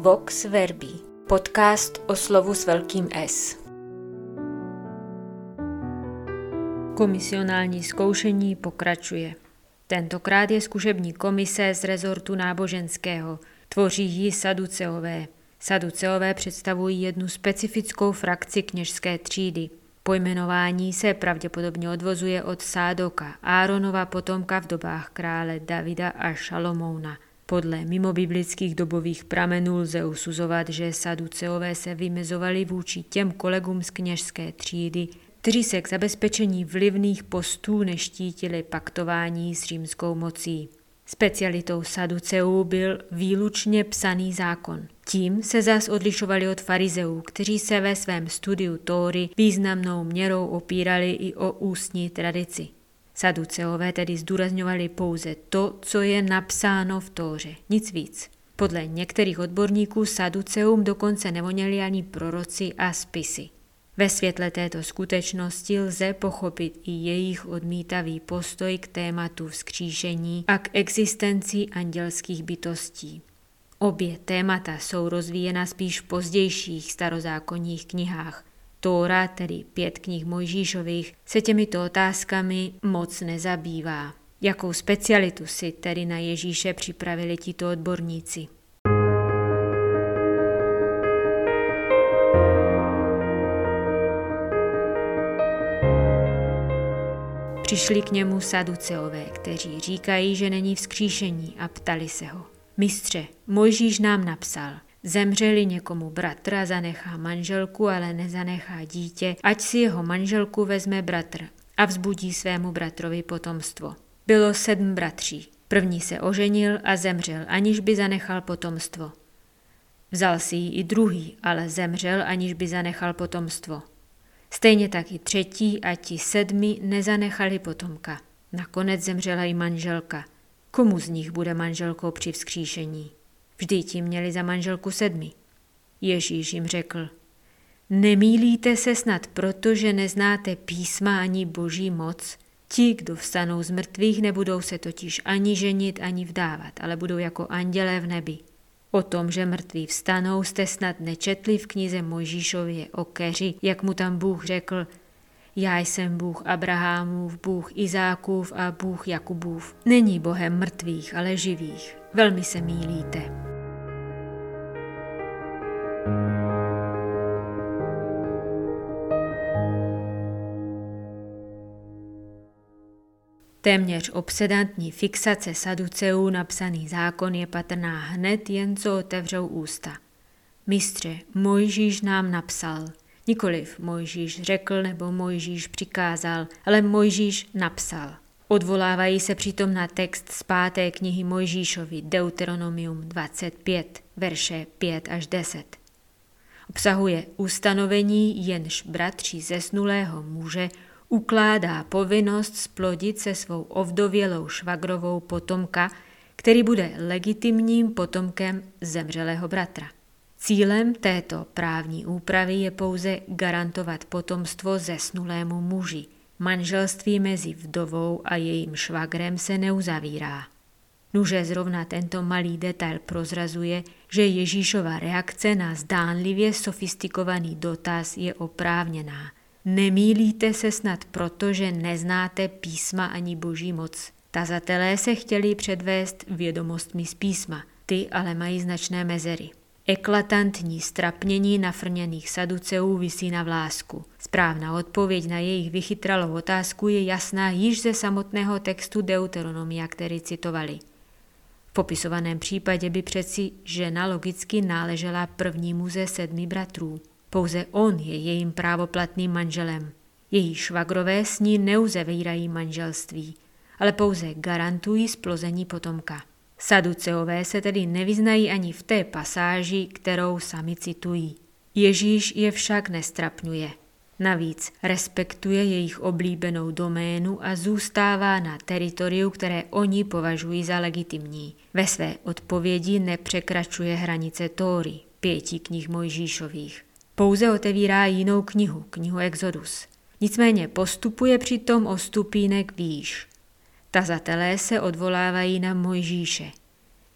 Vox Verbi, podcast o slovu s velkým S. Komisionální zkoušení pokračuje. Tentokrát je zkušební komise z rezortu náboženského. Tvoří ji Saduceové. Saduceové představují jednu specifickou frakci kněžské třídy. Pojmenování se pravděpodobně odvozuje od Sádoka, Áronova potomka v dobách krále Davida a Šalomouna. Podle mimobiblických dobových pramenů lze usuzovat, že Saduceové se vymezovali vůči těm kolegům z kněžské třídy, kteří se k zabezpečení vlivných postů neštítili paktování s římskou mocí. Specialitou Saduceů byl výlučně psaný zákon. Tím se zas odlišovali od farizeů, kteří se ve svém studiu Tóry významnou měrou opírali i o ústní tradici. Saduceové tedy zdůrazňovali pouze to, co je napsáno v Tóře, nic víc. Podle některých odborníků Saduceum dokonce nevoněli ani proroci a spisy. Ve světle této skutečnosti lze pochopit i jejich odmítavý postoj k tématu vzkříšení a k existenci andělských bytostí. Obě témata jsou rozvíjena spíš v pozdějších starozákonních knihách. Tóra, tedy 5 knih Mojžíšových, se těmito otázkami moc nezabývá. Jakou specialitu si tedy na Ježíše připravili tito odborníci? Přišli k němu Saduceové, kteří říkají, že není vzkříšení, a ptali se ho. Mistře, Mojžíš nám napsal, zemře-li někomu bratr a zanechá manželku, ale nezanechá dítě, ať si jeho manželku vezme bratr a vzbudí svému bratrovi potomstvo. Bylo 7 bratří. První se oženil a zemřel, aniž by zanechal potomstvo. Vzal si ji i druhý, ale zemřel, aniž by zanechal potomstvo. Stejně tak i třetí a ti 7 nezanechali potomka. Nakonec zemřela i manželka. Komu z nich bude manželkou při vzkříšení? Vždyť jim měli za manželku 7. Ježíš jim řekl, nemýlíte se snad proto, že neznáte písma ani boží moc? Ti, kdo vstanou z mrtvých, nebudou se totiž ani ženit, ani vdávat, ale budou jako andělé v nebi. O tom, že mrtví vstanou, jste snad nečetli v knize Mojžíšově o keři, jak mu tam Bůh řekl, já jsem Bůh Abrahamův, Bůh Izákův a Bůh Jakubův. Není Bohem mrtvých, ale živých. Velmi se mýlíte. Téměř obsedantní fixace Saduceů napsaný zákon je patrná hned, jen co otevřou ústa. Mistře, Mojžíš nám napsal. Nikoliv Mojžíš řekl nebo Mojžíš přikázal, ale Mojžíš napsal. Odvolávají se přitom na text z 5. knihy Mojžíšovi Deuteronomium 25, verše 5 až 10. Obsahuje ustanovení, jenž bratří zesnulého muže ukládá povinnost splodit se svou ovdovělou švagrovou potomka, který bude legitimním potomkem zemřelého bratra. Cílem této právní úpravy je pouze garantovat potomstvo zesnulému muži. Manželství mezi vdovou a jejím švagrem se neuzavírá. Nuže zrovna tento malý detail prozrazuje, že Ježíšova reakce na zdánlivě sofistikovaný dotaz je oprávněná. Nemýlíte se snad proto, že neznáte písma ani boží moc. Tazatelé se chtěli předvést vědomostmi z písma, ty ale mají značné mezery. Eklatantní strapnění nafrněných Saduceů visí na vlásku. Správná odpověď na jejich vychytralou otázku je jasná již ze samotného textu Deuteronomia, který citovali. V popisovaném případě by přeci žena logicky náležela prvnímu ze 7 bratrů. Pouze on je jejím právoplatným manželem. Její švagrové s ní neuzavírají manželství, ale pouze garantují splození potomka. Saduceové se tedy nevyznají ani v té pasáži, kterou sami citují. Ježíš je však nestrapňuje. Navíc respektuje jejich oblíbenou doménu a zůstává na teritoriu, které oni považují za legitimní. Ve své odpovědi nepřekračuje hranice Tóry, 5 knih Mojžíšových. Pouze otevírá jinou knihu, knihu Exodus. Nicméně postupuje přitom o stupínek výš. Tazatelé se odvolávají na Mojžíše.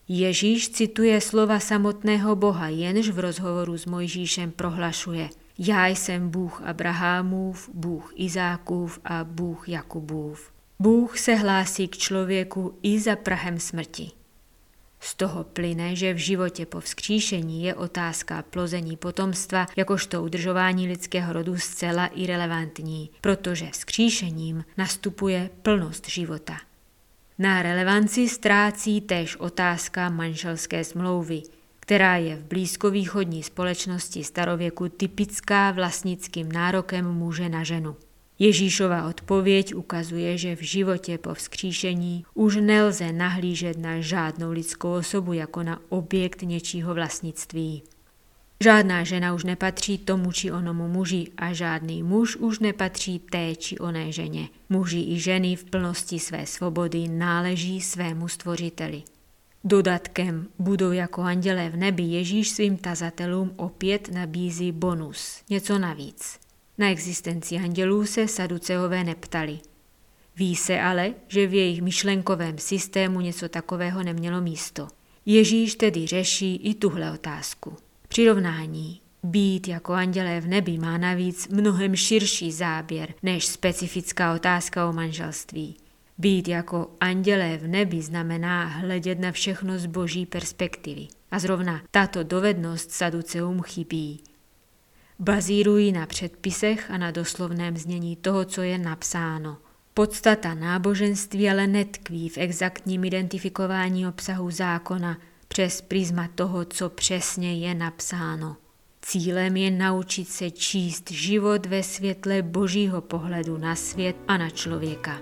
Ježíš cituje slova samotného Boha, jenž v rozhovoru s Mojžíšem prohlašuje: Já jsem Bůh Abrahamův, Bůh Izákův a Bůh Jakubův. Bůh se hlásí k člověku i za prahem smrti. Z toho plyne, že v životě po vzkříšení je otázka plození potomstva jakožto udržování lidského rodu zcela irelevantní, protože vzkříšením nastupuje plnost života. Na relevanci ztrácí též otázka manželské smlouvy, která je v blízkovýchodní společnosti starověku typická vlastnickým nárokem muže na ženu. Ježíšova odpověď ukazuje, že v životě po vzkříšení už nelze nahlížet na žádnou lidskou osobu jako na objekt něčího vlastnictví. Žádná žena už nepatří tomu či onomu muži a žádný muž už nepatří té či oné ženě. Muži i ženy v plnosti své svobody náleží svému stvořiteli. Dodatkem budou jako andělé v nebi Ježíš svým tazatelům opět nabízí bonus, něco navíc. Na existenci andělů se saduceové neptali. Ví se ale, že v jejich myšlenkovém systému něco takového nemělo místo. Ježíš tedy řeší i tuhle otázku. Přirovnání být jako andělé v nebi má navíc mnohem širší záběr než specifická otázka o manželství. Být jako andělé v nebi znamená hledět na všechno z boží perspektivy. A zrovna tato dovednost saduceům chybí. Bazírují na předpisech a na doslovném znění toho, co je napsáno. Podstata náboženství ale netkví v exaktním identifikování obsahu zákona přes prizma toho, co přesně je napsáno. Cílem je naučit se číst život ve světle božího pohledu na svět a na člověka.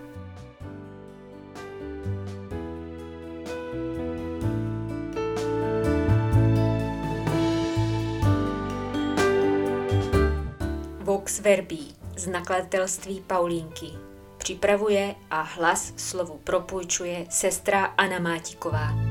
Vox Verbi z nakladatelství Paulínky připravuje a hlas slovu propůjčuje sestra Anna Mátiková.